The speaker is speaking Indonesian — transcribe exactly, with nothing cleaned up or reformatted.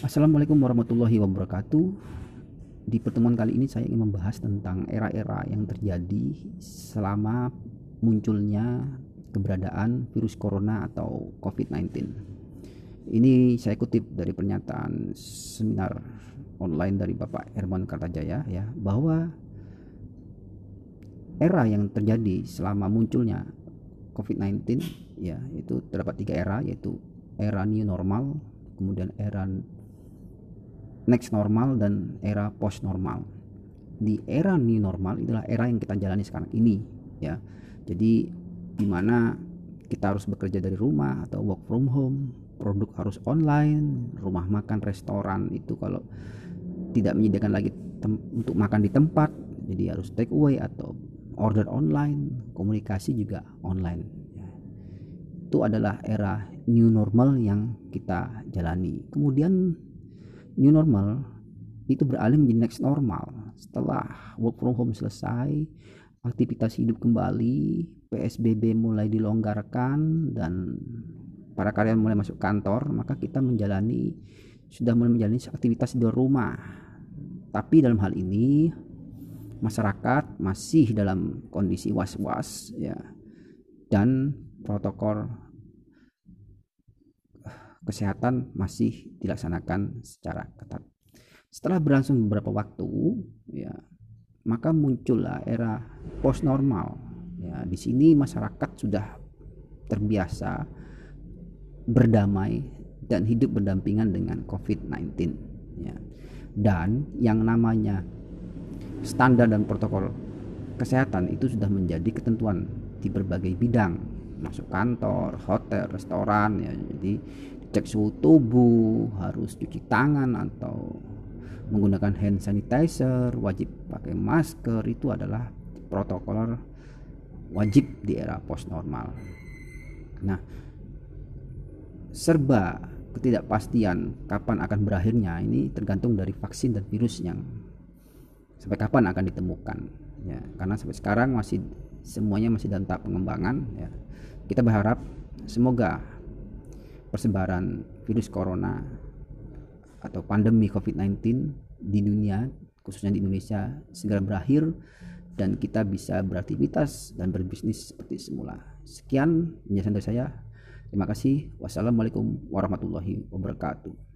Assalamualaikum warahmatullahi wabarakatuh. Di pertemuan kali ini saya ingin membahas tentang era-era yang terjadi selama munculnya keberadaan virus corona atau covid sembilan belas. Ini saya kutip dari pernyataan seminar online dari Bapak Herman Kartajaya ya, bahwa era yang terjadi selama munculnya covid sembilan belas ya, itu terdapat tiga era, yaitu era new normal, kemudian era next normal, dan era post normal. Di era new normal itulah era yang kita jalani sekarang ini ya. Jadi dimana kita harus bekerja dari rumah atau work from home, produk harus online, rumah makan, restoran itu kalau tidak menyediakan lagi tem- untuk makan di tempat, jadi harus take away atau order online, komunikasi juga online ya. Itu adalah era new normal yang kita jalani. Kemudian new normal itu beralih menjadi next normal setelah work from home selesai, aktivitas hidup kembali, P S B B mulai dilonggarkan, dan para karyawan mulai masuk kantor. Maka kita menjalani sudah mulai menjalani aktivitas di luar rumah. Tapi dalam hal ini masyarakat masih dalam kondisi was-was ya, dan protokol kesehatan masih dilaksanakan secara ketat. Setelah berlangsung beberapa waktu ya, maka muncullah era post normal ya. Di sini masyarakat sudah terbiasa berdamai dan hidup berdampingan dengan covid sembilan belas ya. Dan yang namanya standar dan protokol kesehatan itu sudah menjadi ketentuan di berbagai bidang, masuk kantor, hotel, restoran ya. Jadi cek suhu tubuh, harus cuci tangan atau menggunakan hand sanitizer, wajib pakai masker. Itu adalah protokol wajib di era post normal. Nah, serba ketidakpastian kapan akan berakhirnya ini tergantung dari vaksin dan virus yang sampai kapan akan ditemukan ya, karena sampai sekarang masih semuanya masih dalam tahap pengembangan ya. Kita berharap semoga persebaran virus corona atau pandemi covid sembilan belas di dunia, khususnya di Indonesia, segera berakhir dan kita bisa beraktivitas dan berbisnis seperti semula. Sekian penjelasan dari saya. Terima kasih. Wassalamualaikum warahmatullahi wabarakatuh.